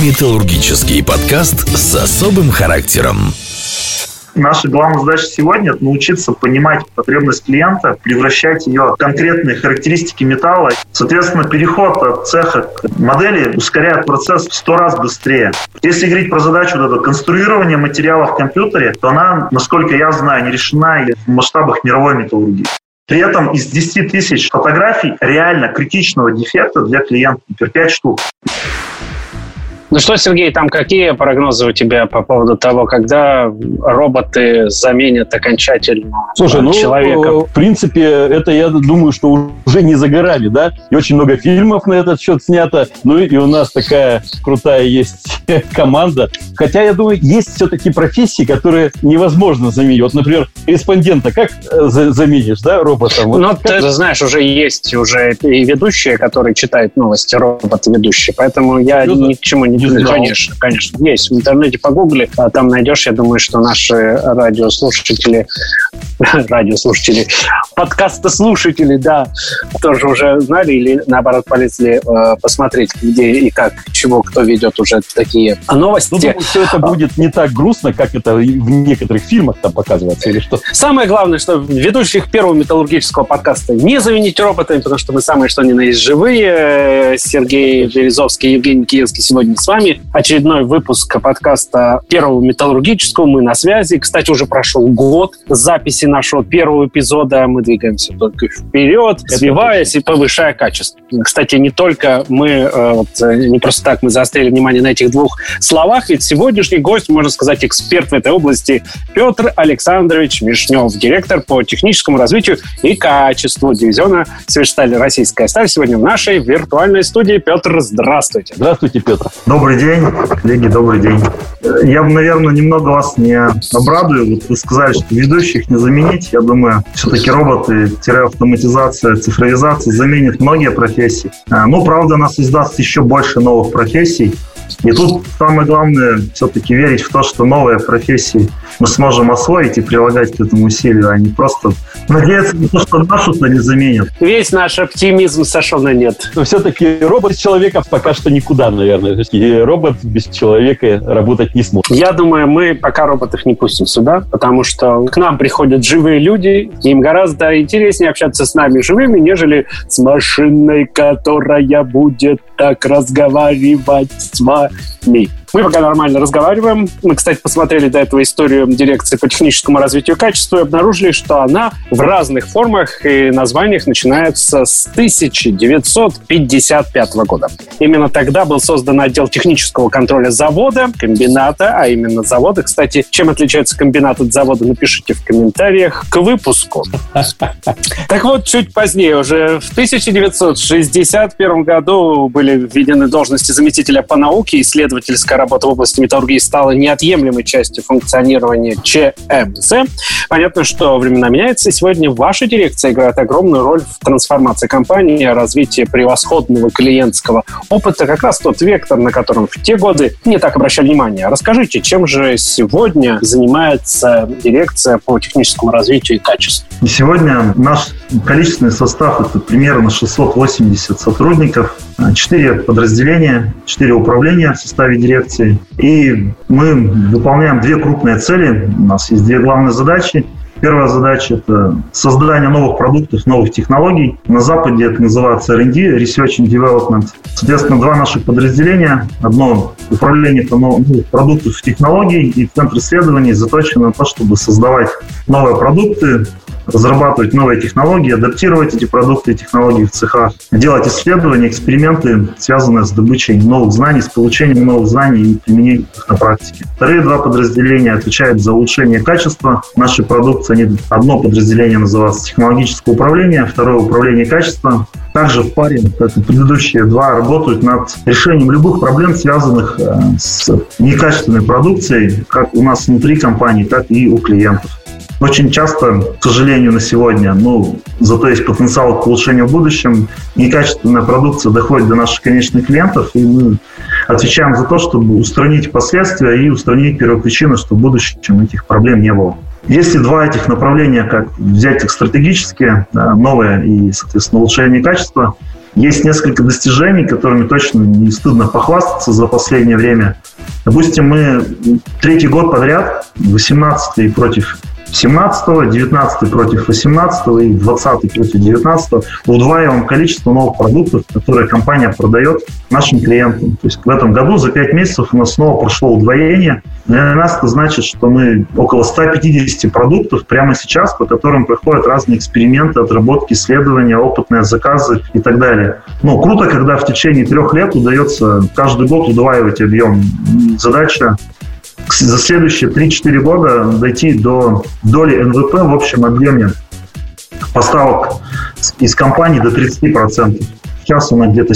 Металлургический подкаст с особым характером. Наша главная задача сегодня – это научиться понимать потребность клиента, превращать ее в конкретные характеристики металла. Соответственно, переход от цеха к модели ускоряет процесс в 100 раз быстрее. Если говорить про задачу конструирования материала в компьютере, то она, насколько я знаю, не решена в масштабах мировой металлургии. При этом из 10 тысяч фотографий реально критичного дефекта для клиента, например, 5 штук. Ну что, Сергей, там какие прогнозы у тебя по поводу того, когда роботы заменят окончательно человека? В принципе, это, я думаю, что уже не за горами, да? И очень много фильмов на этот счет снято. Ну и у нас такая крутая есть команда. Хотя, я думаю, есть все-таки профессии, которые невозможно заменить. Вот, например, корреспондента как заменишь, да, роботом? Ну, ты знаешь, уже есть и ведущие, которые читают новости, роботы-ведущие. Поэтому я ни к чему не... Конечно. Есть. В интернете погугли, а там найдешь, я думаю, что наши радиослушатели, подкастослушатели, да, тоже уже знали или, наоборот, полезли посмотреть, где и как, чего, кто ведет уже такие новости. Ну, думаю, что это будет не так грустно, как это в некоторых фильмах там показывается, или что? Самое главное, что ведущих первого металлургического подкаста не заменить роботами, потому что мы самые что ни на есть живые. Сергей Березовский, Евгений Киевский сегодня с вами. Очередной выпуск подкаста первого металлургического. Мы на связи. Кстати, уже прошел год записи нашего первого эпизода. Мы двигаемся только вперед, развиваясь и повышая качество. Кстати, не только мы, не просто так мы заострили внимание на этих двух словах, ведь сегодняшний гость, можно сказать, эксперт в этой области Петр Александрович Мишнев, директор по техническому развитию и качеству дивизиона «Северсталь. Российская сталь». Сегодня в нашей виртуальной студии. Петр, здравствуйте. Здравствуйте, Петр. Добрый день, коллеги, добрый день. Я бы, наверное, немного вас не обрадую. Вот вы сказали, что ведущих не заменить. Я думаю, все-таки роботы-автоматизация, цифровизация заменит многие профессии. Но, правда, нас создаст еще больше новых профессий. И тут самое главное все-таки верить в то, что новые профессии мы сможем освоить и прилагать к этому усилию, а не просто надеяться на то, что нашу-то не заменят. Весь наш оптимизм сошел на нет. Но все-таки робот без человека пока что никуда, наверное. И робот без человека работать не сможет. Я думаю, мы пока роботов не пустим сюда, потому что к нам приходят живые люди, и им гораздо интереснее общаться с нами живыми, нежели с машиной, которая будет так разговаривать с вами. Мы пока нормально разговариваем. Мы, кстати, посмотрели до этого историю дирекции по техническому развитию и качеству и обнаружили, что она в разных формах и названиях начинается с 1955 года. Именно тогда был создан отдел технического контроля завода, комбината, а именно завода. Кстати, чем отличается комбинат от завода, напишите в комментариях к выпуску. Так вот, чуть позднее, уже в 1961 году были введены должности заместителя по науке, исследовательская работа в области металлургии стала неотъемлемой частью функционирования ЧМЗ. Понятно, что времена меняются, и сегодня ваша дирекция играет огромную роль в трансформации компании, развитии превосходного клиентского опыта, как раз тот вектор, на котором в те годы не так обращали внимание. Расскажите, чем же сегодня занимается дирекция по техническому развитию и качеству? Сегодня наш количественный состав – это примерно 680 сотрудников, 4 подразделения, 4 управления в составе дирекции. И мы выполняем 2 крупные цели. У нас есть 2 главные задачи. Первая задача – это создание новых продуктов, новых технологий. На Западе это называется R&D, Research and Development. Соответственно, 2 наших подразделения. Одно – управление новых продуктов и технологий, и центр исследований заточен на то, чтобы создавать новые продукты, разрабатывать новые технологии, адаптировать эти продукты и технологии в цехах, делать исследования, эксперименты, связанные с добычей новых знаний, с получением новых знаний и применением их на практике. Вторые 2 подразделения отвечают за улучшение качества нашей продукции. Одно подразделение называется технологическое управление, второе управление качеством. Также в паре, как и предыдущие 2, работают над решением любых проблем, связанных с некачественной продукцией, как у нас внутри компании, так и у клиентов. Очень часто, к сожалению, на сегодня, зато есть потенциал к улучшению в будущем, некачественная продукция доходит до наших конечных клиентов, и мы отвечаем за то, чтобы устранить последствия и устранить первопричину, чтобы в будущем этих проблем не было. Если 2 этих направления, как взять их стратегические, новые и, соответственно, улучшение качества, Есть несколько достижений, которыми точно не стыдно похвастаться за последнее время. Допустим, мы 3-й год подряд, 18-й против 17-го, 19-й против 18-го и 20-й против 19-го удваиваем количество новых продуктов, которые компания продает нашим клиентам. То есть в этом году за 5 месяцев у нас снова прошло удвоение. Для нас это значит, что мы около 150 продуктов прямо сейчас, по которым проходят разные эксперименты, отработки, исследования, опытные заказы и так далее. Ну, круто, когда в течение 3 лет удается каждый год удваивать объем. Задача за следующие 3-4 года дойти до доли НВП в общем объеме поставок из компании до 30%. Сейчас она где-то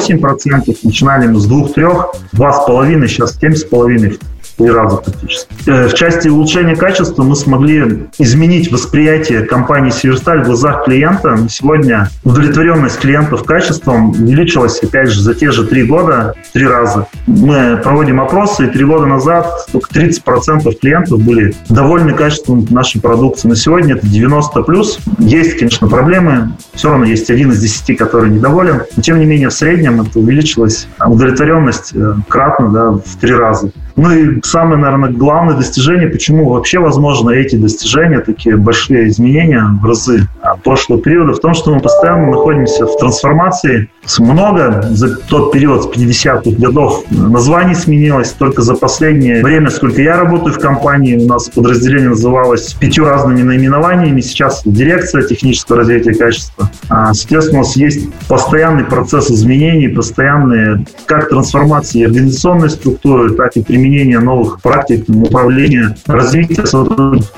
7-8%, начинали мы с 2-3, 2,5, сейчас 7,5%. 3 раза практически. В части улучшения качества мы смогли изменить восприятие компании «Северсталь» в глазах клиента. Сегодня удовлетворенность клиентов качеством увеличилась, опять же, за те же 3 года 3 раза. Мы проводим опросы, и 3 года назад только 30% клиентов были довольны качеством нашей продукции. На сегодня это 90+. Есть, конечно, проблемы. Все равно есть 1 из 10, который недоволен. Но, тем не менее, в среднем это увеличилась удовлетворенность кратно, да, в 3 раза. Ну и самое, наверное, главное достижение, почему вообще возможны эти достижения, такие большие изменения в разы от прошлого периода, в том, что мы постоянно находимся в трансформации. Много за тот период с 50-х годов названий сменилось. Только за последнее время, сколько я работаю в компании, у нас подразделение называлось 5 разными наименованиями. Сейчас дирекция технического развития качества. Соответственно, у нас есть постоянный процесс изменений, постоянные как трансформации организационной структуры, так и применение новых практик, управления, развития сотрудников,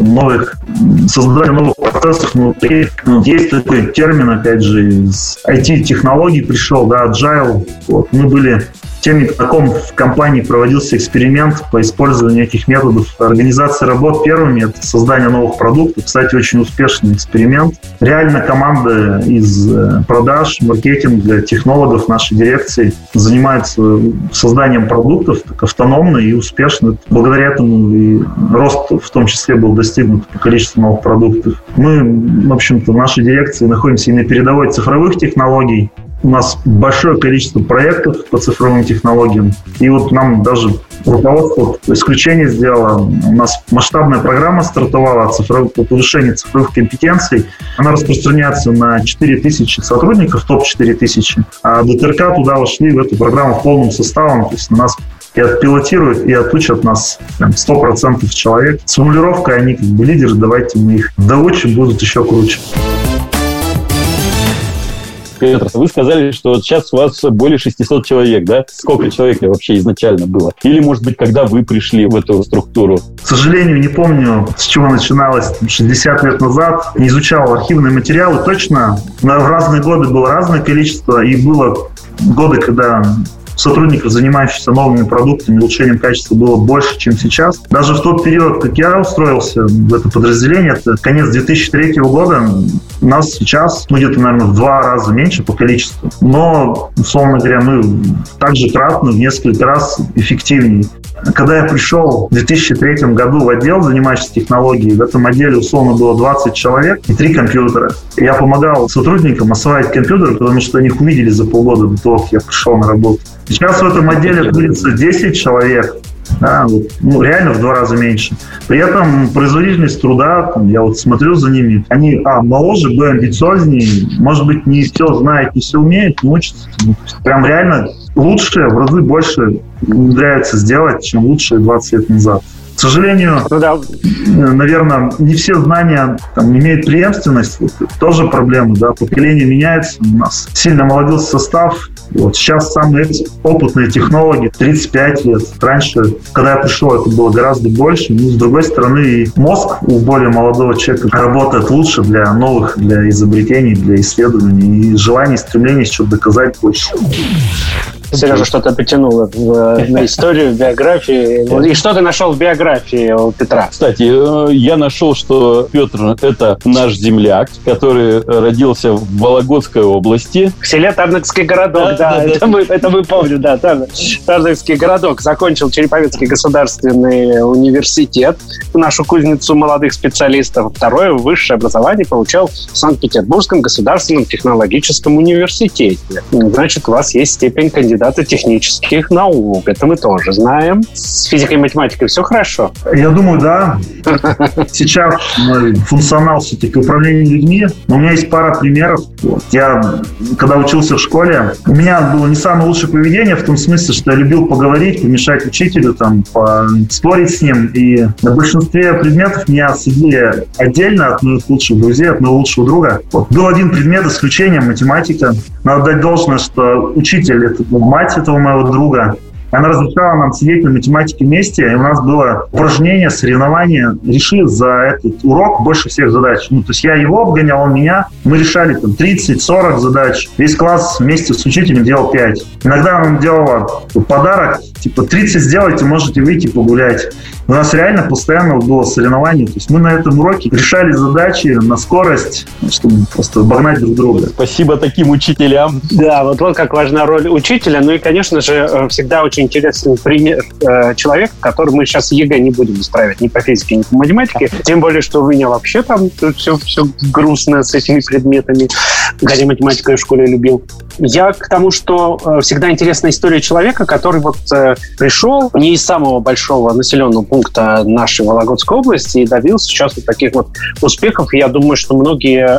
создания новых процессов внутри. Есть такой термин, опять же, из IT-технологий пришел, да, agile. Вот. Мы были теми, на ком в компании проводился эксперимент по использованию этих методов организации работ первыми. Это создание новых продуктов. Кстати, очень успешный эксперимент. Реально команда из продаж, маркетинга, технологов нашей дирекции занимается созданием продуктов так автономно и успешно. Благодаря этому и рост в том числе был достигнут по количеству новых продуктов. Мы, в общем-то, в нашей дирекции находимся и на передовой цифровых технологий. У нас большое количество проектов по цифровым технологиям. И вот нам даже руководство исключение сделало. У нас масштабная программа стартовала по повышению цифровых компетенций. Она распространяется на 4000 сотрудников, топ-4000. А ДТРК туда вошли в эту программу в полном составе. То есть нас и отпилотируют, и отучат нас 100% человек. С формулировкой они как бы лидеры, давайте мы их доучим, будут еще круче. Петр, вы сказали, что сейчас у вас более 600 человек, да? Сколько человек вообще изначально было? Или, может быть, когда вы пришли в эту структуру? К сожалению, не помню, с чего начиналось 60 лет назад. Не изучал архивные материалы. Точно, в разные годы было разное количество. И было годы, когда сотрудников, занимающихся новыми продуктами, улучшением качества, было больше, чем сейчас. Даже в тот период, как я устроился в это подразделение, это конец 2003 года, нас сейчас, где-то, наверное, в 2 раза меньше по количеству. Но, условно говоря, мы также кратно, в несколько раз эффективнее. Когда я пришел в 2003 году в отдел, занимающийся технологией, в этом отделе условно было 20 человек и 3 компьютера. Я помогал сотрудникам осваивать компьютеры, потому что они их увидели за полгода до того, как я пришел на работу. Сейчас в этом отделе трудится 10 человек. Да, вот, реально в 2 раза меньше. При этом производительность труда, я вот смотрю за ними, они моложе, амбициознее, может быть, не все знают, не все умеют, но учатся. Прям реально лучшие в разы больше умудряются сделать, чем лучшие 20 лет назад. К сожалению, наверное, не все знания имеют преемственность. Вот, тоже проблема, да, поколение меняется, у нас сильно молодился состав. Вот сейчас самые опытные технологии 35 лет. Раньше, когда я пришел, это было гораздо больше. Но, с другой стороны, и мозг у более молодого человека работает лучше для новых, для изобретений, для исследований. И желание, стремление что-то доказать больше. Сережа что-то потянул на историю, биографию. И что ты нашел в биографии у Петра? Кстати, я нашел, что Петр – это наш земляк, который родился в Вологодской области. В селе Тарнакский городок, да. Это мы помним, да. Тарнакский городок. Закончил Череповецкий государственный университет, нашу кузницу молодых специалистов. Второе высшее образование получал в Санкт-Петербургском государственном технологическом университете. Значит, у вас есть степень кандидата технических наук. Это мы тоже знаем. С физикой и математикой все хорошо? Я думаю, да. Сейчас мой функционал все-таки управления людьми. Но у меня есть пара примеров. Я, когда учился в школе, у меня было не самое лучшее поведение в том смысле, что я любил поговорить, помешать учителю, спорить с ним. И на большинстве предметов меня садили отдельно от моих лучших друзей, от моего лучшего друга. Был один предмет исключением — математика. Надо дать должное, что учитель — это мать этого моего друга. Она разрешала нам сидеть на математике вместе, и у нас было упражнение, соревнование. Решили за этот урок больше всех задач. То есть я его обгонял, он меня. Мы решали 30-40 задач. Весь класс вместе с учителем делал 5. Иногда он делал подарок, 30 сделайте, можете выйти погулять. У нас реально постоянно было соревнование. То есть мы на этом уроке решали задачи на скорость, чтобы просто обогнать друг друга. Спасибо таким учителям. Да, вот как важна роль учителя. Ну и, конечно же, всегда очень интересный пример человека, который мы сейчас ЕГЭ не будем устраивать ни по физике, ни по математике. Тем более, что у меня вообще там все грустно с этими предметами. Хотя математику я в школе любил. Я к тому, что всегда интересна история человека, который пришел не из самого большого населенного пункта нашей Вологодской области и добился сейчас таких успехов. И я думаю, что многие,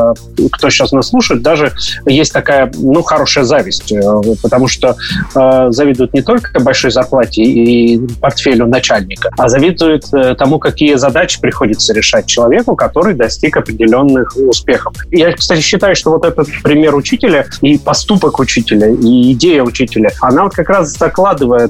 кто сейчас нас слушает, даже есть такая, хорошая зависть, потому что завидуют не только большой зарплате и портфелю начальника, а завидуют тому, какие задачи приходится решать человеку, который достиг определенных успехов. Я, кстати, считаю, что этот пример учителя и поступок учителя, и идея учителя, она как раз закладывает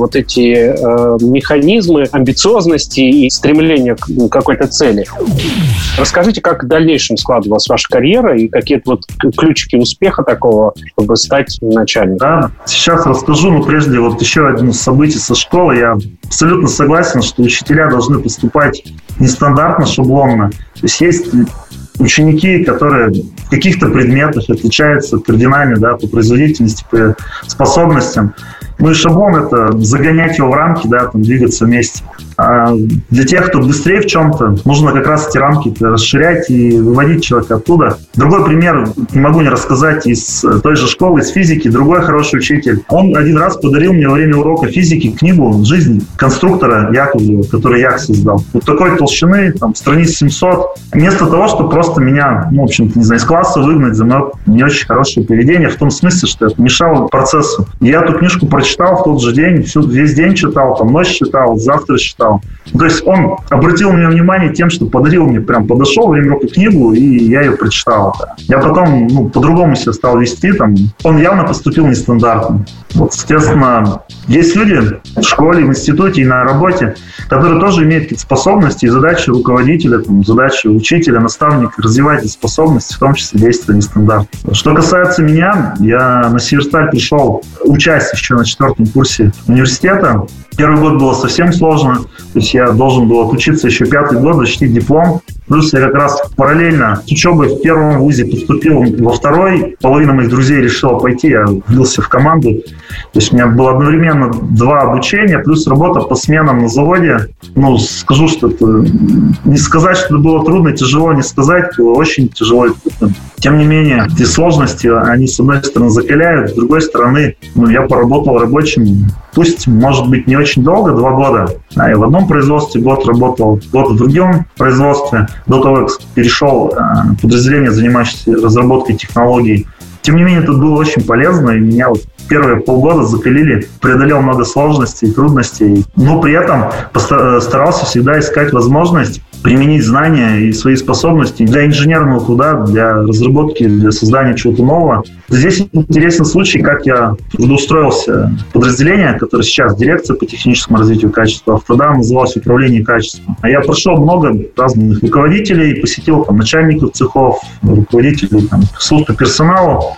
эти механизмы амбициозности и стремления к какой-то цели. Расскажите, как в дальнейшем складывалась ваша карьера и какие-то ключики успеха такого, чтобы стать начальником? Да, сейчас расскажу, но прежде еще одно событие со школы. Я абсолютно согласен, что учителя должны поступать нестандартно, шаблонно. То есть ученики, которые в каких-то предметах отличаются кардинально, по производительности, по способностям. И шаблон — это загонять его в рамки, двигаться вместе. А для тех, кто быстрее в чем-то, нужно как раз эти рамки расширять и выводить человека оттуда. Другой пример, не могу не рассказать, из той же школы, из физики. Другой хороший учитель. Он один раз подарил мне во время урока физики книгу «Жизнь конструктора» Яковлева, который Як создал. Такой толщины, страниц 700. Вместо того, чтобы просто меня, из класса выгнать за мое не очень хорошее поведение, в том смысле, что это мешало процессу. Я эту книжку прочитал в тот же день, весь день читал, ночь читал, завтра читал. То есть он обратил мне внимание тем, что подарил мне, подошел во время урока книгу, и я ее прочитал. Я потом, по-другому себя стал вести, он явно поступил нестандартно. Соответственно, есть люди в школе, в институте и на работе, которые тоже имеют какие-то способности и задачи руководителя, задачи учителя, наставника развивать эти способности, в том числе действия нестандартно. Что касается меня, я на Северсталь пришел, учась еще на 4-м курсе университета. Первый год было совсем сложно, то есть я должен был отучиться еще 5-й год, защитить диплом. Плюс я как раз параллельно с учебой в первом вузе поступил во второй. Половина моих друзей решила пойти, я влился в команду. То есть у меня было одновременно 2 обучения, плюс работа по сменам на заводе. Скажу, что это... Не сказать, что это было трудно, тяжело, не сказать, было очень тяжело. Тем не менее, эти сложности, они, с одной стороны, закаляют, с другой стороны, я поработал рабочим, пусть, может быть, не очень долго, 2 года. Я в одном производстве год работал, год в другом производстве, до того, как перешел в подразделение, занимающееся разработкой технологий. Тем не менее, это было очень полезно, и меня первые полгода закалили, преодолел много сложностей, трудностей, но при этом старался всегда искать возможность применить знания и свои способности для инженерного труда, для разработки, для создания чего-то нового. Здесь интересный случай, как я трудоустроился в подразделение, которое сейчас дирекция по техническому развитию качества, а тогда называлось управление качеством. Я прошел много разных руководителей, посетил начальников цехов, руководителей службы персонала.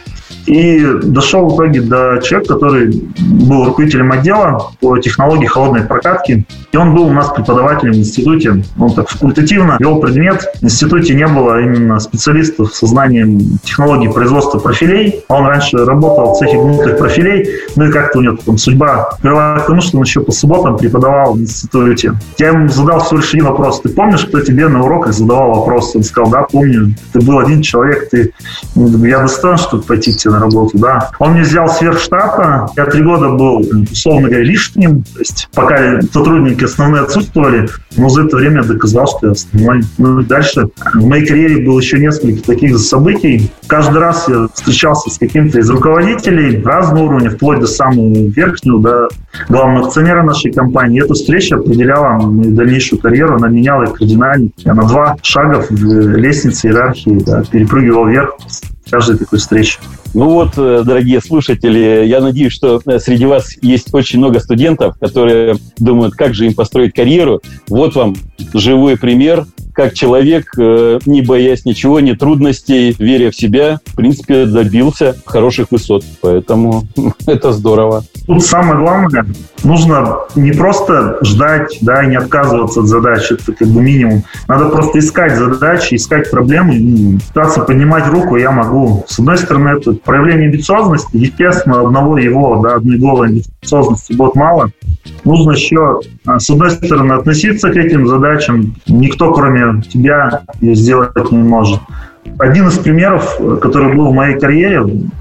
И дошел в итоге до человека, который был руководителем отдела по технологии холодной прокатки. И он был у нас преподавателем в институте. Он так факультативно вел предмет. В институте не было именно специалистов со знанием технологий производства профилей. Он раньше работал в цехе гнутых профилей. Ну и как-то у него там судьба привела к тому, что он еще по субботам преподавал в институте. Я ему задал всего лишь один вопрос. Ты помнишь, кто тебе на уроках задавал вопрос? Он сказал, да, помню. Ты был один человек. Я достоин, чтобы пойти к тебе на работу, да. Он меня взял сверх штата. Я 3 года был, условно говоря, лишним. То есть пока сотрудники основные отсутствовали, но за это время я доказал, что я основной. Ну и дальше в моей карьере было еще несколько таких событий. Каждый раз я встречался с каким-то из руководителей разного уровня, вплоть до самого верхнего, до главного акционера нашей компании. И эта встреча определяла мою дальнейшую карьеру, она меняла их кардинально. Я на 2 шага в лестнице иерархии перепрыгивал вверх с каждой такой встречи. Ну вот, дорогие слушатели, я надеюсь, что среди вас есть очень много студентов, которые думают, как же им построить карьеру. Вот вам живой пример, как человек, не боясь ничего, ни трудностей, веря в себя, в принципе, добился хороших высот. Поэтому это здорово. Тут самое главное, нужно не просто ждать, да, и не отказываться от задач, это как бы минимум. Надо просто искать задачи, искать проблемы, и пытаться поднимать руку я могу. С одной стороны, это проявление амбициозности. Естественно, одной голой амбициозности будет мало. Нужно еще, с одной стороны, относиться к этим задачам. Никто, кроме тебя, ее сделать не может. Один из примеров, который был в моей карьере,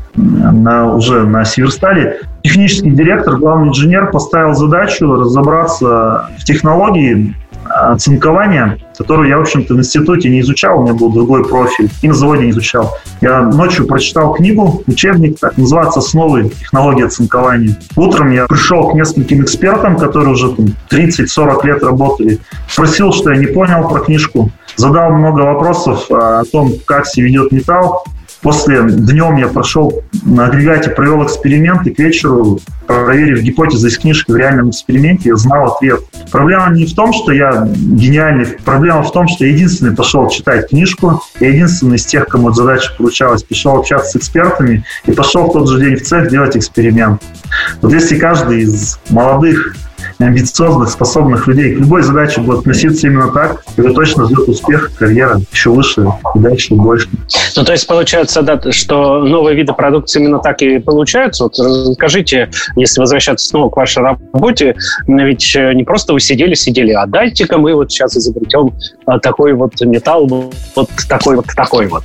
уже на Северстале, технический директор, главный инженер поставил задачу разобраться в технологии оцинкования, которую я, в общем-то, в институте не изучал, у меня был другой профиль, и на заводе не изучал. Я ночью прочитал книгу, учебник, так называется «Основы технологии оцинкования». Утром я пришел к нескольким экспертам, которые уже 30-40 лет работали, спросил, что я не понял про книжку, задал много вопросов о том, как себя ведет металл. Днем я прошел на агрегате, провел эксперимент, и к вечеру, проверив гипотезы из книжки в реальном эксперименте, я знал ответ. Проблема не в том, что я гениальный, проблема в том, что я единственный пошел читать книжку, я единственный из тех, кому эта задача получалась, пришел общаться с экспертами и пошел в тот же день в цех делать эксперимент. Вот если каждый из молодых, амбициозных, способных людей к любой задаче будет относиться именно так, его точно ждет успех, карьера еще выше и дальше и больше. Ну, то есть получается, да, что новые виды продукции именно так и получаются. Вот расскажите, если возвращаться снова к вашей работе, ведь не просто вы сидели, а дайте-ка мы вот сейчас изобретем такой вот металл, вот такой вот.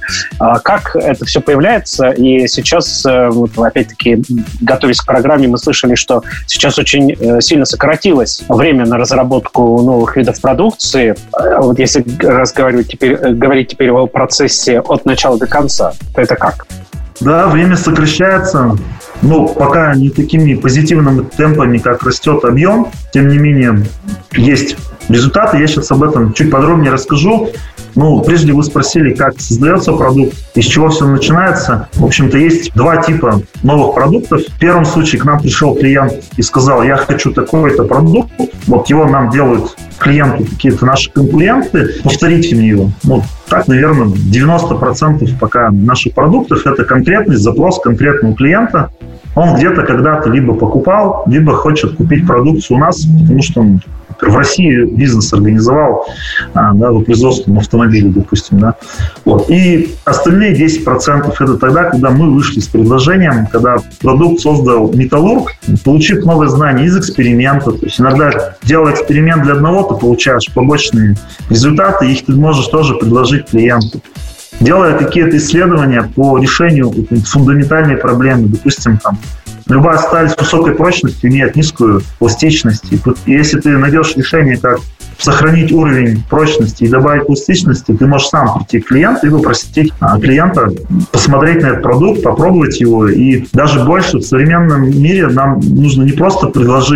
Как это все появляется? И сейчас, вот, опять-таки, готовясь к программе, мы слышали, что сейчас очень сильно сократилось время на разработку новых видов продукции. Вот если говорить теперь о процессе от начала до конца, то это как? Да, время сокращается. Пока не такими позитивными темпами, как растет объем. Тем не менее, есть результаты. Я сейчас об этом чуть подробнее расскажу. Прежде вы спросили, как создается продукт, из чего все начинается. В общем-то, есть 2 типа новых продуктов. В первом случае к нам пришел клиент и сказал, я хочу такой-то продукт. Вот его нам делают клиенту какие-то наши конкуренты. Повторите мне его. Так, наверное, 90% пока наших продуктов – это конкретный запрос конкретного клиента. Он где-то когда-то либо покупал, либо хочет купить продукцию у нас, потому что он в России бизнес организовал по производству автомобилей, допустим. Да? Вот. И остальные 10% это тогда, когда мы вышли с предложением, когда продукт создал металлург, получив новые знания из эксперимента. То есть иногда, делая эксперимент для одного, ты получаешь побочные результаты, их ты можешь тоже предложить клиенту. Делая какие-то исследования по решению фундаментальной проблемы, допустим, любая сталь с высокой прочностью имеет низкую пластичность. И если ты найдешь решение, как сохранить уровень прочности и добавить пластичности, ты можешь сам прийти к клиенту и попросить клиента посмотреть на этот продукт, попробовать его. И даже больше в современном мире нам нужно не просто предложить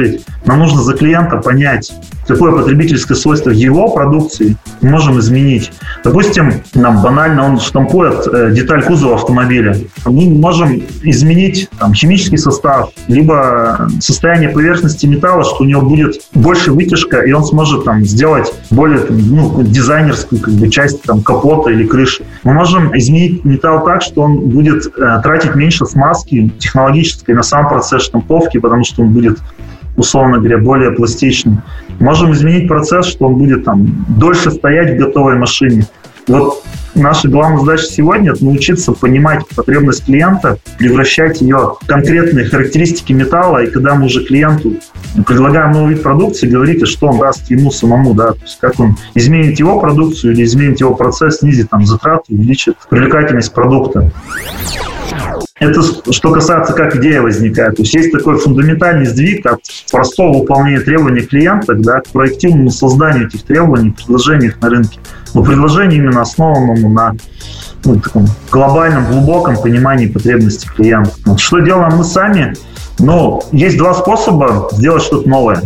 Нам нужно за клиента понять, какое потребительское свойство его продукции мы можем изменить. Допустим, нам банально он штампует деталь кузова автомобиля. Мы можем изменить химический состав, либо состояние поверхности металла, что у него будет больше вытяжка, и он сможет сделать более дизайнерскую часть капота или крыши. Мы можем изменить металл так, что он будет тратить меньше смазки технологической на сам процесс штамповки, потому что он будет, условно говоря, более пластичным. Можем изменить процесс, что он будет дольше стоять в готовой машине. Вот наша главная задача сегодня – это научиться понимать потребность клиента, превращать ее в конкретные характеристики металла, и когда мы уже клиенту предлагаем новый вид продукции, говорите, что он даст ему самому, да, то есть как он изменит его продукцию или изменит его процесс, снизит затраты, увеличит привлекательность продукта. Это что касается, как идея возникает. То есть есть такой фундаментальный сдвиг от простого выполнения требований клиента, к проактивному созданию этих требований, предложений на рынке. Но предложение именно основанному на таком глобальном, глубоком понимании потребностей клиента. Что делаем мы сами? Есть два способа сделать что-то новое.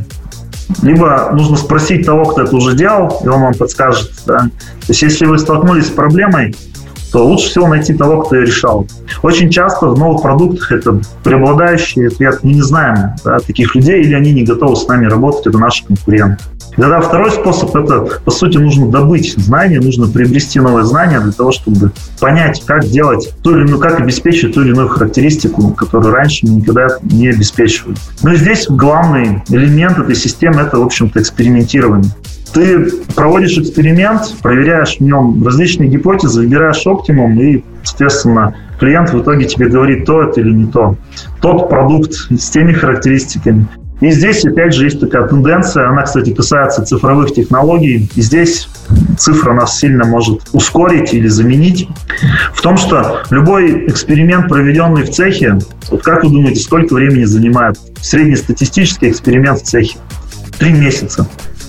Либо нужно спросить того, кто это уже делал, и он вам подскажет. Да? То есть если вы столкнулись с проблемой, то лучше всего найти того, кто ее решал. Очень часто в новых продуктах это преобладающий ответ: мы не знаем таких людей, или они не готовы с нами работать, это наши конкуренты. И тогда второй способ – это, по сути, нужно добыть знания, нужно приобрести новые знания для того, чтобы понять, как делать как обеспечить ту или иную характеристику, которую раньше мы никогда не обеспечивали. И здесь главный элемент этой системы – это, в общем-то, экспериментирование. Ты проводишь эксперимент, проверяешь в нем различные гипотезы, выбираешь оптимум, и, соответственно, клиент в итоге тебе говорит, то это или не то. Тот продукт с теми характеристиками. И здесь, опять же, есть такая тенденция, она, кстати, касается цифровых технологий, и здесь цифра нас сильно может ускорить или заменить, в том, что любой эксперимент, проведенный в цехе, как вы думаете, сколько времени занимает среднестатистический эксперимент в цехе? 3 месяца.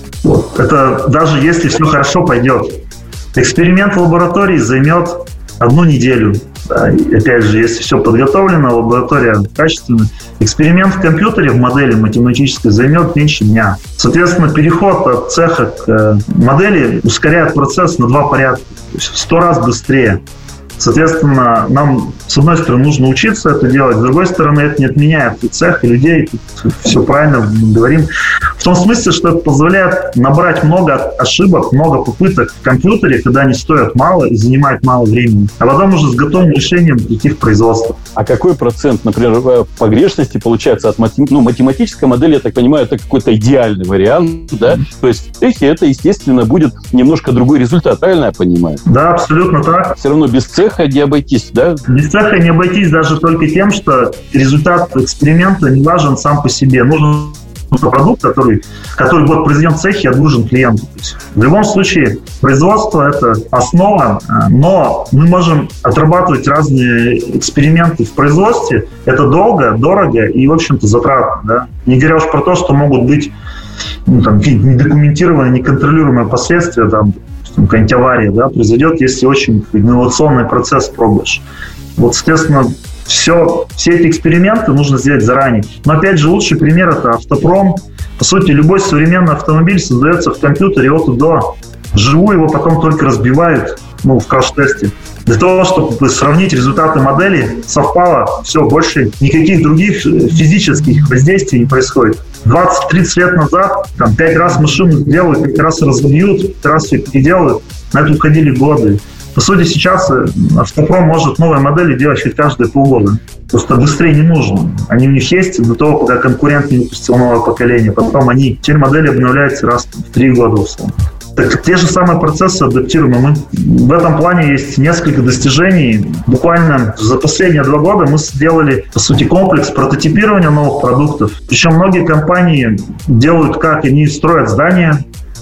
Это даже если все хорошо пойдет. Эксперимент в лаборатории займет 1 неделю. Да, опять же, если все подготовлено, лаборатория качественная. Эксперимент в компьютере, в модели математической займет меньше дня. Соответственно, переход от цеха к модели ускоряет процесс на 2 порядка. То есть в 100 раз быстрее. Соответственно, нам, с одной стороны, нужно учиться это делать, с другой стороны, это не отменяет и цех, и людей. Тут все правильно мы говорим. В том смысле, что это позволяет набрать много ошибок, много попыток в компьютере, когда они стоят мало и занимают мало времени. А потом уже с готовым решением прийти в производство. А какой процент, например, погрешности получается от математической модели, я так понимаю, это какой-то идеальный вариант, да? То есть в цехе это, естественно, будет немножко другой результат, правильно я понимаю? Да, абсолютно так. Все равно без цеха не обойтись, да? Без цеха не обойтись даже только тем, что результат эксперимента не важен сам по себе. Нужен продукт, который будет произведен в цехе и отгружен клиенту. В любом случае, производство – это основа, но мы можем отрабатывать разные эксперименты в производстве. Это долго, дорого и, в общем-то, затратно. Да? Не говоря уж про то, что могут быть недокументированные, неконтролируемые последствия, какая-нибудь авария произойдет, если очень инновационный процесс пробуешь. Соответственно, все эти эксперименты нужно сделать заранее. Но, опять же, лучший пример – это автопром. По сути, любой современный автомобиль создается в компьютере от и до. Вживую его потом только разбивают в краш-тесте. Для того, чтобы сравнить результаты модели, совпало, все, больше никаких других физических воздействий не происходит. 20-30 лет назад 5 раз машину делают, 5 раз разобьют, 5 раз все переделают. На это уходили годы. По сути, сейчас автопром может новые модели делать хоть каждые полгода. Просто быстрее не нужно. Они у них есть до того, пока конкурент не выпустил новое поколение. Потом те модели обновляются раз в 3 года условно. Так, те же самые процессы адаптируемы. В этом плане есть несколько достижений. Буквально за последние 2 года мы сделали, по сути, комплекс прототипирования новых продуктов. Причем многие компании делают как? Они строят здания,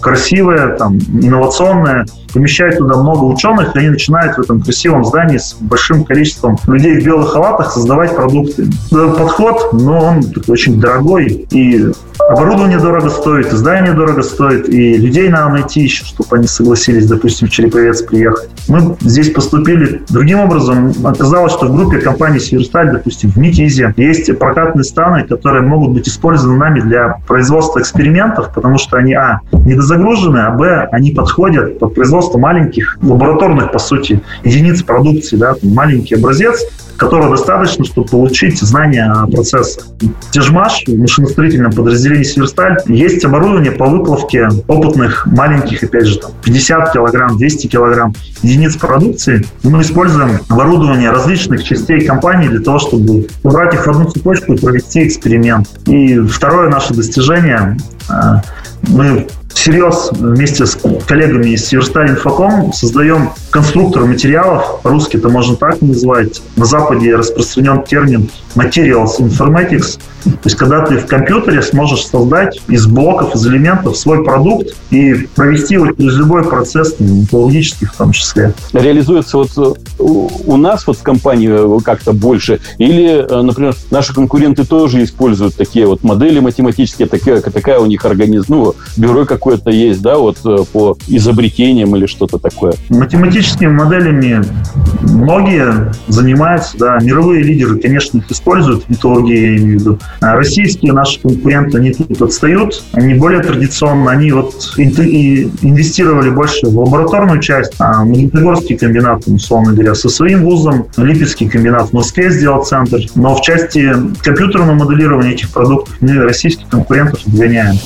красивое, там, инновационное, помещает туда много ученых, и они начинают в этом красивом здании с большим количеством людей в белых халатах создавать продукты. Подход, но он такой очень дорогой, и оборудование дорого стоит, и здание дорого стоит, и людей надо найти еще, чтобы они согласились, допустим, в Череповец приехать. Мы здесь поступили другим образом. Оказалось, что в группе компании «Северсталь», допустим, в МИТИЗе, есть прокатные станы, которые могут быть использованы нами для производства экспериментов, потому что они, недозагружены, а, б, они подходят под производство маленьких лабораторных, по сути, единиц продукции, да, маленький образец, которого достаточно, чтобы получить знания о процессах. В Тяжмаш, в машиностроительном подразделении «Северсталь», есть оборудование по выплавке опытных маленьких, опять же, 50 килограмм, 200 килограмм единиц продукции. Мы используем оборудование различных частей компании для того, чтобы собрать их в одну цепочку и провести эксперимент. И второе наше достижение – мы всерьез вместе с коллегами из Северсталь Инфоком создаем конструктор материалов, по-русски это можно так называть. На Западе распространен термин Materials Informatics. То есть, когда ты в компьютере сможешь создать из блоков, из элементов свой продукт и провести его через любой процесс, металлургический в том числе. Реализуется вот у нас вот в компании как-то больше? Или, например, наши конкуренты тоже используют такие вот модели математические, такая у них бюро какое-то есть, да, вот по изобретениям или что-то такое? Математическими моделями многие занимаются, да, мировые лидеры, конечно, их используют в металлургии, я имею в виду. А российские наши конкуренты, они тут отстают, они более традиционно, они вот инвестировали больше в лабораторную часть, а Магнитогорский комбинат, условно говоря, со своим вузом, Липецкий комбинат в Москве сделал центр, но в части компьютерного моделирования этих продуктов мы российских конкурентов обгоняем.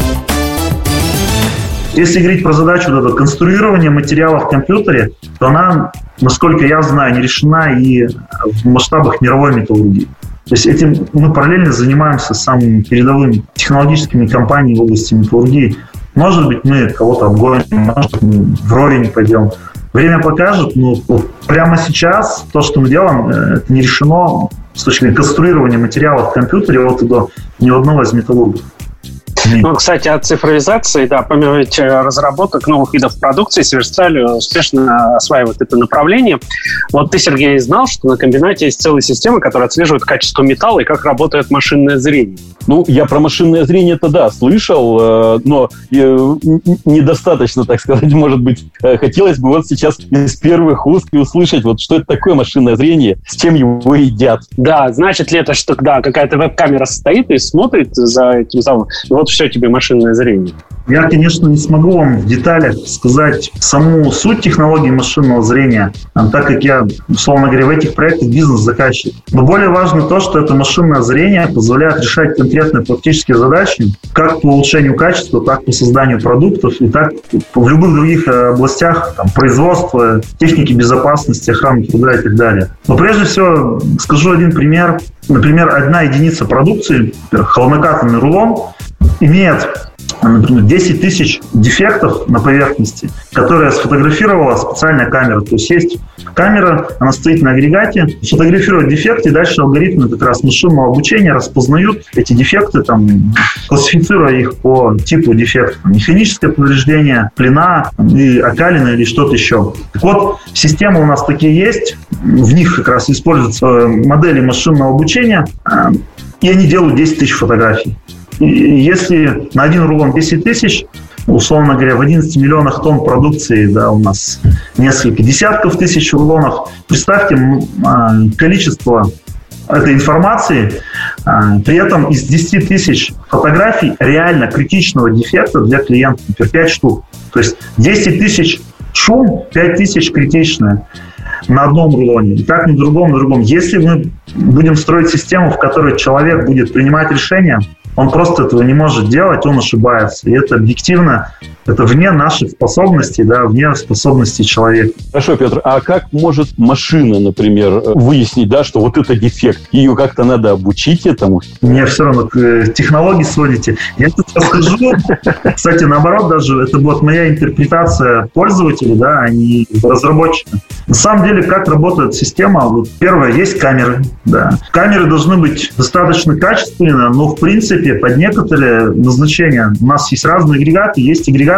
Если говорить про задачу конструирования материала в компьютере, то она, насколько я знаю, не решена и в масштабах мировой металлургии. То есть этим мы параллельно занимаемся самыми передовыми технологическими компаниями в области металлургии. Может быть, мы кого-то обгоним, может быть, мы вровень пойдем. Время покажет, но прямо сейчас то, что мы делаем, это не решено с точки зрения конструирования материалов в компьютере от и до ни одного из металлургов. Ну, кстати, о цифровизации, да, помимо разработок новых видов продукции, Северсталь успешно осваивает это направление. Вот ты, Сергей, знал, что на комбинате есть целая система, которая отслеживает качество металла и как работает машинное зрение? Ну, я про машинное зрение-то, да, слышал, но недостаточно, так сказать, может быть. Хотелось бы вот сейчас из первых уст услышать, вот что это такое машинное зрение, с чем его едят. Да, значит ли это, что какая-то веб-камера стоит и смотрит за этим самым, и вот все тебе машинное зрение? Я, конечно, не смогу вам в деталях сказать саму суть технологии машинного зрения, так как я, условно говоря, в этих проектах бизнес-заказчик. Но более важно то, что это машинное зрение позволяет решать конкретные практические задачи, как по улучшению качества, так по созданию продуктов, и так в любых других областях производства, техники безопасности, охраны труда и так далее. Но прежде всего скажу один пример. Например, одна единица продукции, холоднокатанный рулон, имеет, например, 10 тысяч дефектов на поверхности, которые сфотографировала специальная камера. То есть есть камера, она стоит на агрегате, фотографирует дефекты, и дальше алгоритмы как раз машинного обучения распознают эти дефекты, классифицируя их по типу дефекта. Механическое повреждение, плена, окалина или что-то еще. Так вот, системы у нас такие есть, в них как раз используются модели машинного обучения, и они делают 10 тысяч фотографий. И если на один рулон 10 тысяч, условно говоря, в 11 миллионах тонн продукции, да, у нас несколько десятков тысяч рулонов, представьте количество этой информации, при этом из 10 тысяч фотографий реально критичного дефекта для клиента, например, 5 штук. То есть 10 тысяч шум, 5 тысяч критичное на одном рулоне, и так на другом. Если мы будем строить систему, в которой человек будет принимать решения, он просто этого не может делать, он ошибается. И это объективно, это вне наших способностей, да, вне способностей человека. Хорошо, Петр, а как может машина, например, выяснить, да, что вот это дефект? Ее как-то надо обучить этому? Мне все равно к технологии сводите. Я тут расскажу. Кстати, наоборот, даже это будет моя интерпретация пользователя, да, а не разработчика. На самом деле, как работает система? Вот первое, есть камеры. Да. Камеры должны быть достаточно качественные, но, в принципе, под некоторые назначения. У нас есть разные агрегаты. Есть агрегаты,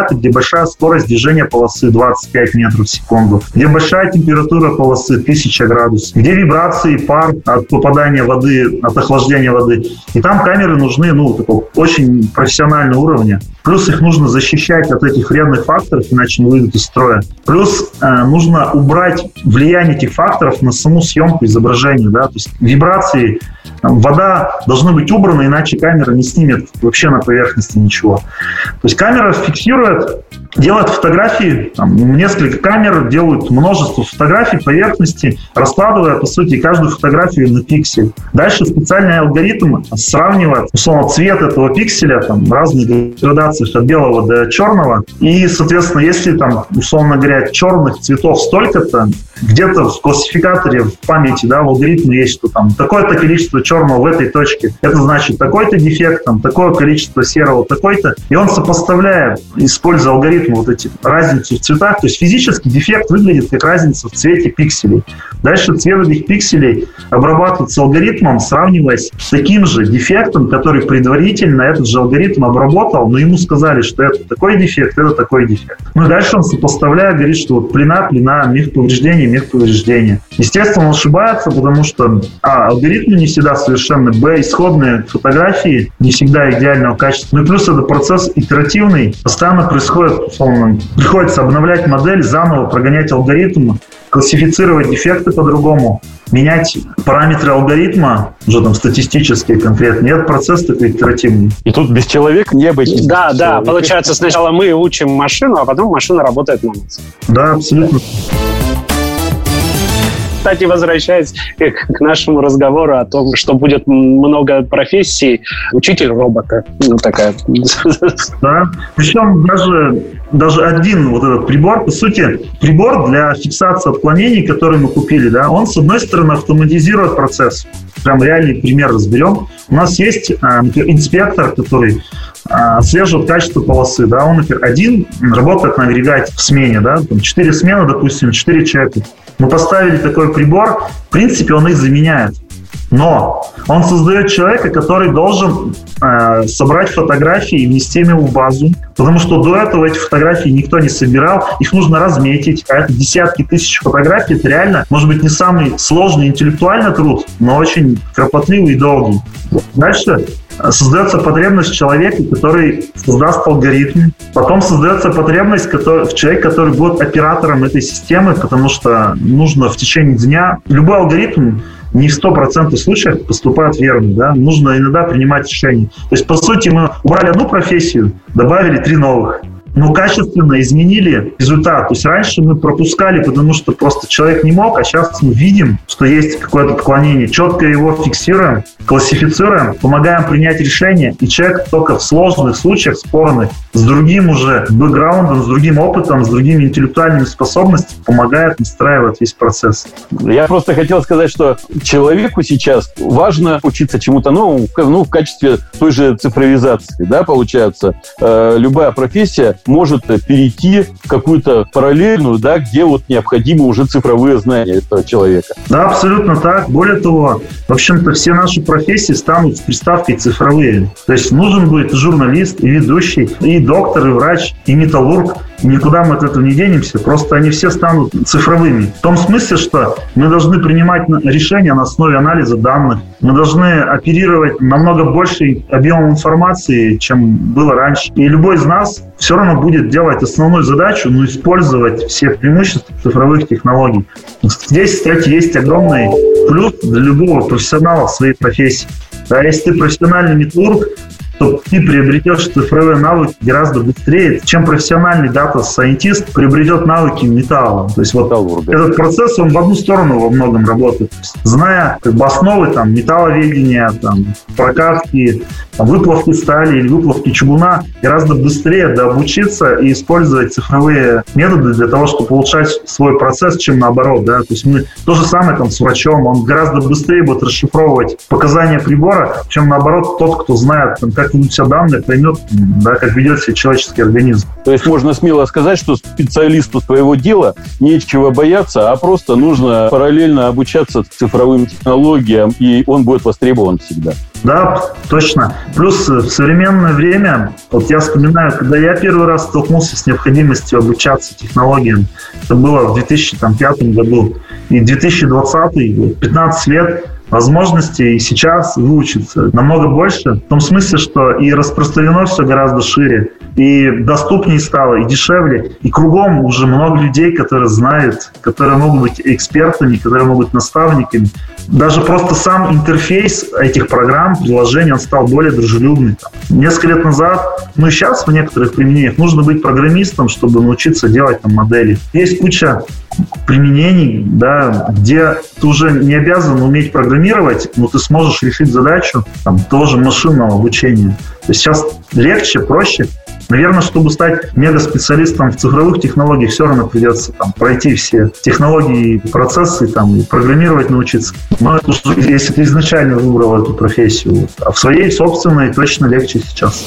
агрегаты, где большая скорость движения полосы 25 метров в секунду, где большая температура полосы 1000 градусов, где вибрации, пар от попадания воды, от охлаждения воды. И там камеры нужны, такого очень профессионального уровня. Плюс их нужно защищать от этих вредных факторов, иначе не выйдут из строя. Плюс нужно убрать влияние этих факторов на саму съемку изображения. Да? То есть вибрации, вода должна быть убрана, иначе камера не снимет вообще на поверхности ничего. То есть камера фиксирует, делает фотографии, несколько камер делают множество фотографий поверхности, раскладывая, по сути, каждую фотографию на пиксель. Дальше специальный алгоритм сравнивает, условно, цвет этого пикселя, разные градации от белого до черного. И, соответственно, если условно говоря, черных цветов столько-то, где-то в классификаторе, в памяти, в алгоритме есть, что такое-то количество черного в этой точке. Это значит такой-то дефект, такое количество серого, такой-то. И он сопоставляет, используя алгоритм, эти разницу в цветах. То есть физически дефект выглядит как разница в цвете пикселей. Дальше цвет этих пикселей обрабатывается алгоритмом, сравниваясь с таким же дефектом, который предварительно этот же алгоритм обработал, но ему сказали, что это такой дефект, это такой дефект. И дальше он, сопоставляя, говорит, что плена, мехповреждение. Естественно, он ошибается, потому что алгоритмы не всегда совершенны, исходные фотографии не всегда идеального качества. И плюс это процесс итеративный, постоянно приходится обновлять модель, заново прогонять алгоритмы, классифицировать дефекты по-другому, менять параметры алгоритма, уже статистические конкретно. Нет, процесс такой итеративный. И тут без человека не обойтись. Да, получается, сначала мы учим машину, а потом машина работает на нас. Да, абсолютно. Кстати, возвращаясь к нашему разговору о том, что будет много профессий, учитель робота. Такая. Да. Причем даже один этот прибор, по сути, прибор для фиксации отклонений, который мы купили, он, с одной стороны, автоматизирует процесс. Прям реальный пример разберем. У нас есть инспектор, который отслеживает качество полосы. Он, например, один работает на агрегате в смене. 4 смены, допустим, 4 человека. Мы поставили такой прибор, в принципе, он их заменяет. Но он создает человека, который должен собрать фотографии и внести его в базу, потому что до этого эти фотографии никто не собирал, их нужно разметить, а это десятки тысяч фотографий, это реально, может быть, не самый сложный интеллектуальный труд, но очень кропотливый и долгий. Дальше создается потребность человека, который создаст алгоритм. Потом создается потребность в человеке, который будет оператором этой системы, потому что нужно в течение дня... Любой алгоритм не в 100% случаев поступает верно. Нужно иногда принимать решения. То есть, по сути, мы убрали одну профессию, добавили 3 новых. Но качественно изменили результат. То есть раньше мы пропускали, потому что просто человек не мог, а сейчас мы видим, что есть какое-то отклонение, четко его фиксируем, классифицируем, помогаем принять решение, и человек только в сложных случаях, спорных, с другим уже бэкграундом, с другим опытом, с другими интеллектуальными способностями помогает настраивать весь процесс. Я просто хотел сказать, что человеку сейчас важно учиться чему-то новому, в качестве той же цифровизации, получается. Любая профессия может перейти в какую-то параллельную, где необходимы уже цифровые знания этого человека. Да, абсолютно так. Более того, в общем-то, все наши профессии станут с приставкой цифровые. То есть нужен будет и журналист, и ведущий, и доктор, и врач, и металлург. Никуда мы от этого не денемся, просто они все станут цифровыми. В том смысле, что мы должны принимать решения на основе анализа данных. Мы должны оперировать намного большим объемом информации, чем было раньше. И любой из нас все равно будет делать основную задачу, использовать все преимущества цифровых технологий. Здесь, кстати, есть огромный плюс для любого профессионала в своей профессии. Если ты профессиональный металлург, то ты приобретешь цифровые навыки гораздо быстрее, чем профессиональный дата-сайентист приобретет навыки металла. То есть этот процесс, он в одну сторону во многом работает. Зная основы металловедения, прокатки, выплавки стали или выплавки чугуна, гораздо быстрее дообучиться и использовать цифровые методы для того, чтобы улучшать свой процесс, чем наоборот. То есть мы то же самое с врачом, он гораздо быстрее будет расшифровывать показания прибора, чем наоборот тот, кто знает, как все данные, поймет, да, как ведет себя человеческий организм. То есть можно смело сказать, что специалисту своего дела нечего бояться, а просто нужно параллельно обучаться цифровым технологиям, и он будет востребован всегда. Да, точно. Плюс в современное время, вот я вспоминаю, когда я первый раз столкнулся с необходимостью обучаться технологиям, это было в 2005 году, и 2020, 15 лет, возможностей сейчас выучиться намного больше, в том смысле, что и распространено все гораздо шире, и доступнее стало, и дешевле, и кругом уже много людей, которые знают, которые могут быть экспертами, которые могут быть наставниками. Даже просто сам интерфейс этих программ, приложений, он стал более дружелюбный. Несколько лет назад, и сейчас в некоторых применениях нужно быть программистом, чтобы научиться делать там модели. Есть куча применений, да, где ты уже не обязан уметь программировать, но ты сможешь решить задачу там, того же машинного обучения. То есть сейчас легче, проще. Наверное, чтобы стать мегаспециалистом в цифровых технологиях, все равно придется там, пройти все технологии, процессы там, и программировать научиться. Но это уже, если ты изначально выбрал эту профессию. А в своей собственной точно легче сейчас.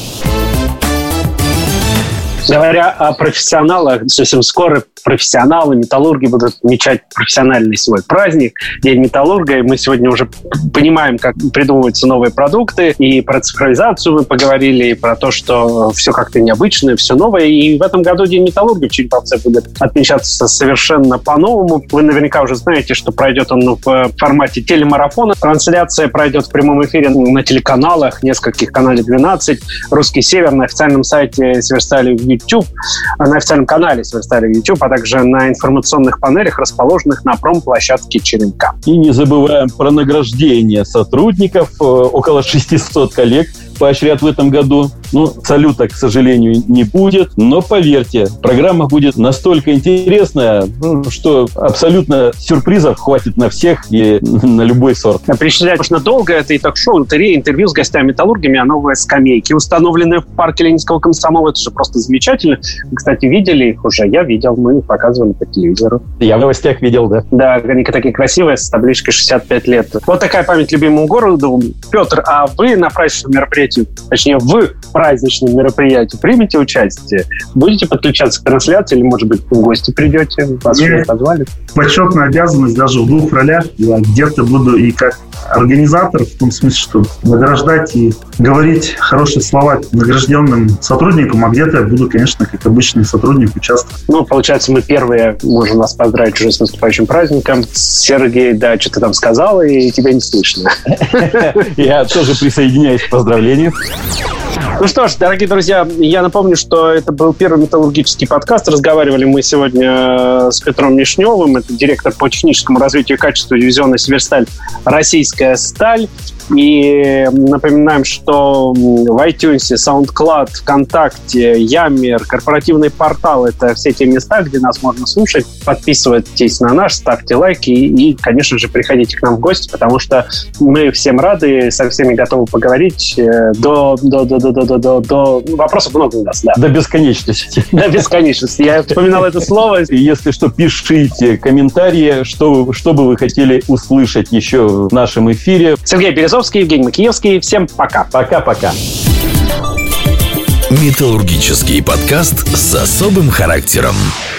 Говоря о профессионалах, совсем скоро профессионалы, металлурги будут отмечать профессиональный свой праздник, День металлурга, и мы сегодня уже понимаем, как придумываются новые продукты, и про цифровизацию мы поговорили, и про то, что все как-то необычное, все новое, и в этом году День металлурга в Череповце будет отмечаться совершенно по-новому. Вы наверняка уже знаете, что пройдет он в формате телемарафона. Трансляция пройдет в прямом эфире на телеканалах, нескольких, канале 12, «Русский Север», на официальном сайте Северстали в YouTube, на официальном канале Северстали в YouTube, а также на информационных панелях, расположенных на промплощадке Черенка. И не забываем про награждение сотрудников. Около 600 коллег поощрят в этом году. Салюта, к сожалению, не будет. Но поверьте, программа будет настолько интересная, что абсолютно сюрпризов хватит на всех и на любой сорт. Перечислять можно долго. Это и ток-шоу, интервью с гостями-металлургами, а новые скамейки, установленные в парке Ленинского комсомола. Это же просто замечательно. Вы, кстати, видели их уже? Я видел. Мы их показывали по телевизору. Я в новостях видел, да. Да, они такие красивые, с табличкой 65 лет. Вот такая память любимому городу. Петр, а вы на праздничном мероприятии, точнее, в праздничном мероприятии примете участие? Будете подключаться к трансляции или, может быть, в гости придете? Вас уже позвали? Почетная обязанность даже в двух ролях. Я где-то буду и как организатор, в том смысле, что награждать и говорить хорошие слова награжденным сотрудникам, а где-то я буду, конечно, как обычный сотрудник участвовать. Получается, мы первые можем вас поздравить уже с наступающим праздником. Сергей, да, что-то там сказал, и тебя не слышно. Я тоже присоединяюсь к поздравлению. Ну что ж, дорогие друзья, я напомню, что это был первый металлургический подкаст. Разговаривали мы сегодня с Петром Мишневым, это директор по техническому развитию и качеству дивизиона «Северсталь. Российская сталь». И напоминаем, что в iTunes, SoundCloud, ВКонтакте, Yammer, корпоративный портал — это все те места, где нас можно слушать. Подписывайтесь на нас, ставьте лайки и, конечно же, приходите к нам в гости, потому что мы всем рады, со всеми готовы поговорить до вопросов много у нас. Да. До бесконечности. До бесконечности. Я упоминал это слово. Если что, пишите комментарии, что бы вы хотели услышать еще в нашем эфире. Сергей Березовский, Евгений Макиевский. Всем пока. Пока-пока. Металлургический подкаст с особым характером.